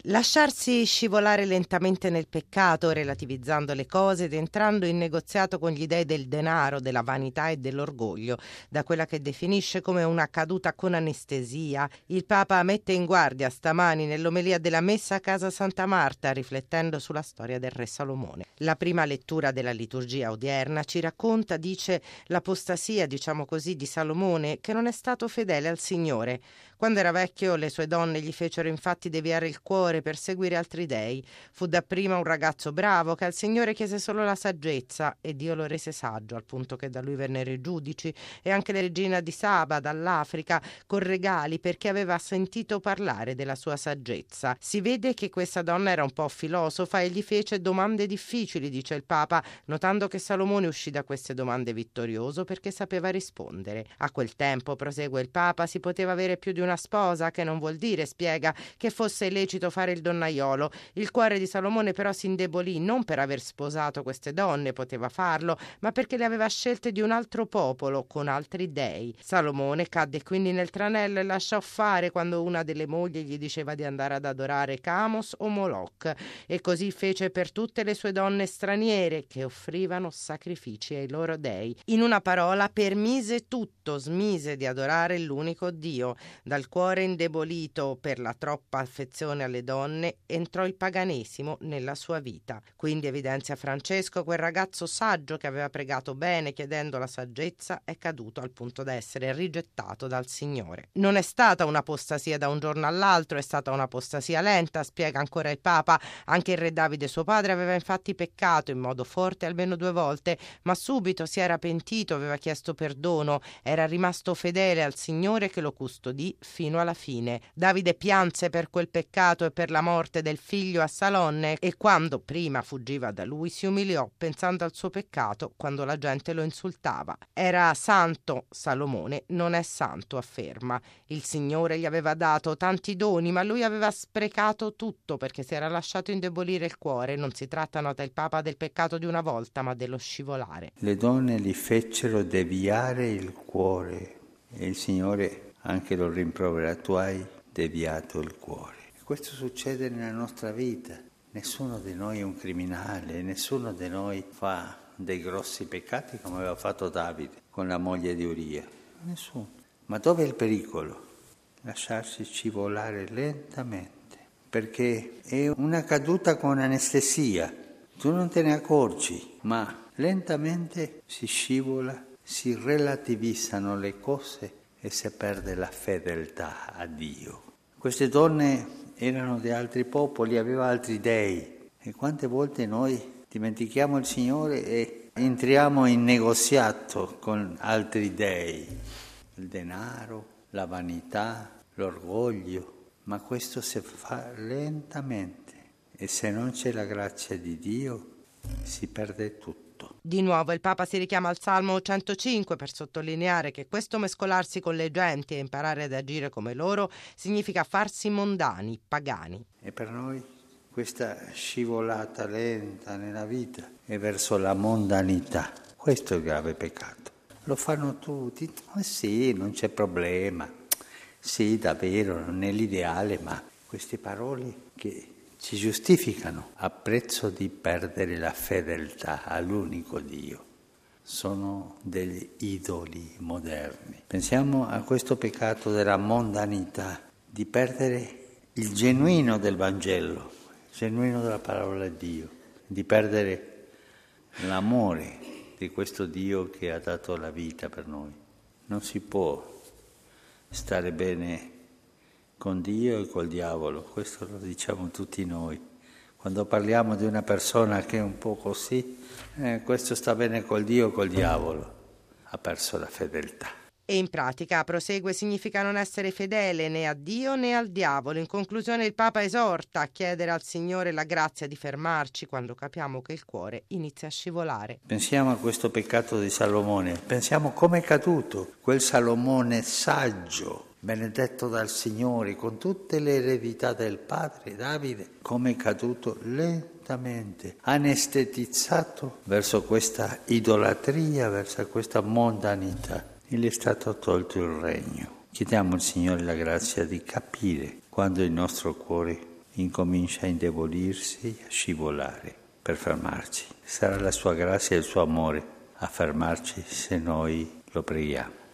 Lasciarsi scivolare lentamente nel peccato, relativizzando le cose ed entrando in negoziato con gli dei del denaro, della vanità e dell'orgoglio, da quella che definisce come una caduta con anestesia, il Papa mette in guardia stamani nell'omelia della messa a casa Santa Marta, riflettendo sulla storia del re Salomone. La prima lettura della liturgia odierna ci racconta, dice, l'apostasia, diciamo così, di Salomone, che non è stato fedele al Signore. Quando era vecchio, le sue donne gli fecero infatti deviare il cuore per seguire altri dei. Fu dapprima un ragazzo bravo che al Signore chiese solo la saggezza e Dio lo rese saggio, al punto che da lui vennero i giudici e anche la regina di Saba dall'Africa con regali perché aveva sentito parlare della sua saggezza. Si vede che questa donna era un po' filosofa e gli fece domande difficili, dice il Papa, notando che Salomone uscì da queste domande vittorioso perché sapeva rispondere. A quel tempo, prosegue il Papa, si poteva avere più di una sposa, che non vuol dire, spiega, che fosse lecito fare il donnaiolo. Il cuore di Salomone però si indebolì non per aver sposato queste donne, poteva farlo, ma perché le aveva scelte di un altro popolo, con altri dei. Salomone cadde quindi nel tranello e lasciò fare quando una delle mogli gli diceva di andare ad adorare Camos o Moloch, e così fece per tutte le sue donne straniere che offrivano sacrifici ai loro dei. In una parola, permise tutto, smise di adorare l'unico Dio. Dal cuore indebolito per la troppa affezione alle donne entrò il paganesimo nella sua vita. Quindi, evidenzia Francesco, quel ragazzo saggio che aveva pregato bene chiedendo la saggezza è caduto al punto da essere rigettato dal Signore. Non è stata un'apostasia da un giorno all'altro, è stata un'apostasia lenta, spiega ancora il Papa. Anche il re Davide suo padre aveva infatti peccato in modo forte almeno 2 volte, ma subito si era pentito, aveva chiesto perdono, era rimasto fedele al Signore che lo custodì fino alla fine. Davide pianse per quel peccato e per la morte del figlio a Salonne, e quando prima fuggiva da lui si umiliò pensando al suo peccato quando la gente lo insultava. Era santo Salomone, non è santo, afferma. Il Signore gli aveva dato tanti doni, ma lui aveva sprecato tutto perché si era lasciato indebolire il cuore. Non si tratta, nota il Papa, del peccato di una volta, ma dello scivolare. Le donne gli fecero deviare il cuore e il Signore anche lo rimprovera: tu hai deviato il cuore. E questo succede nella nostra vita. Nessuno di noi è un criminale, nessuno di noi fa dei grossi peccati come aveva fatto Davide con la moglie di Uria. Nessuno. Ma dove è il pericolo? Lasciarsi scivolare lentamente, perché è una caduta con anestesia. Tu non te ne accorgi, ma lentamente si scivola, si relativizzano le cose e si perde la fedeltà a Dio. Queste donne erano di altri popoli, avevano altri dei, e quante volte noi dimentichiamo il Signore e entriamo in negoziato con altri dei, il denaro, la vanità, l'orgoglio, ma questo si fa lentamente e se non c'è la grazia di Dio si perde tutto. Di nuovo il Papa si richiama al Salmo 105 per sottolineare che questo mescolarsi con le genti e imparare ad agire come loro significa farsi mondani, pagani. E per noi questa scivolata lenta nella vita è verso la mondanità. Questo è il grave peccato. Lo fanno tutti, ma sì, non c'è problema. Sì, davvero, non è l'ideale, ma queste parole che ci giustificano a prezzo di perdere la fedeltà all'unico Dio. Sono degli idoli moderni. Pensiamo a questo peccato della mondanità, di perdere il genuino del Vangelo, il genuino della parola di Dio, di perdere l'amore di questo Dio che ha dato la vita per noi. Non si può stare bene con Dio e col diavolo, questo lo diciamo tutti noi. Quando parliamo di una persona che è un po' così, questo sta bene col Dio o col diavolo, ha perso la fedeltà. E in pratica, prosegue, significa non essere fedele né a Dio né al diavolo. In conclusione il Papa esorta a chiedere al Signore la grazia di fermarci quando capiamo che il cuore inizia a scivolare. Pensiamo a questo peccato di Salomone, pensiamo come è caduto quel Salomone saggio, benedetto dal Signore, con tutte le eredità del padre Davide, come è caduto lentamente, anestetizzato verso questa idolatria, verso questa mondanità. E gli è stato tolto il regno. Chiediamo al Signore la grazia di capire quando il nostro cuore incomincia a indebolirsi, a scivolare per fermarci. Sarà la sua grazia e il suo amore a fermarci se noi lo preghiamo.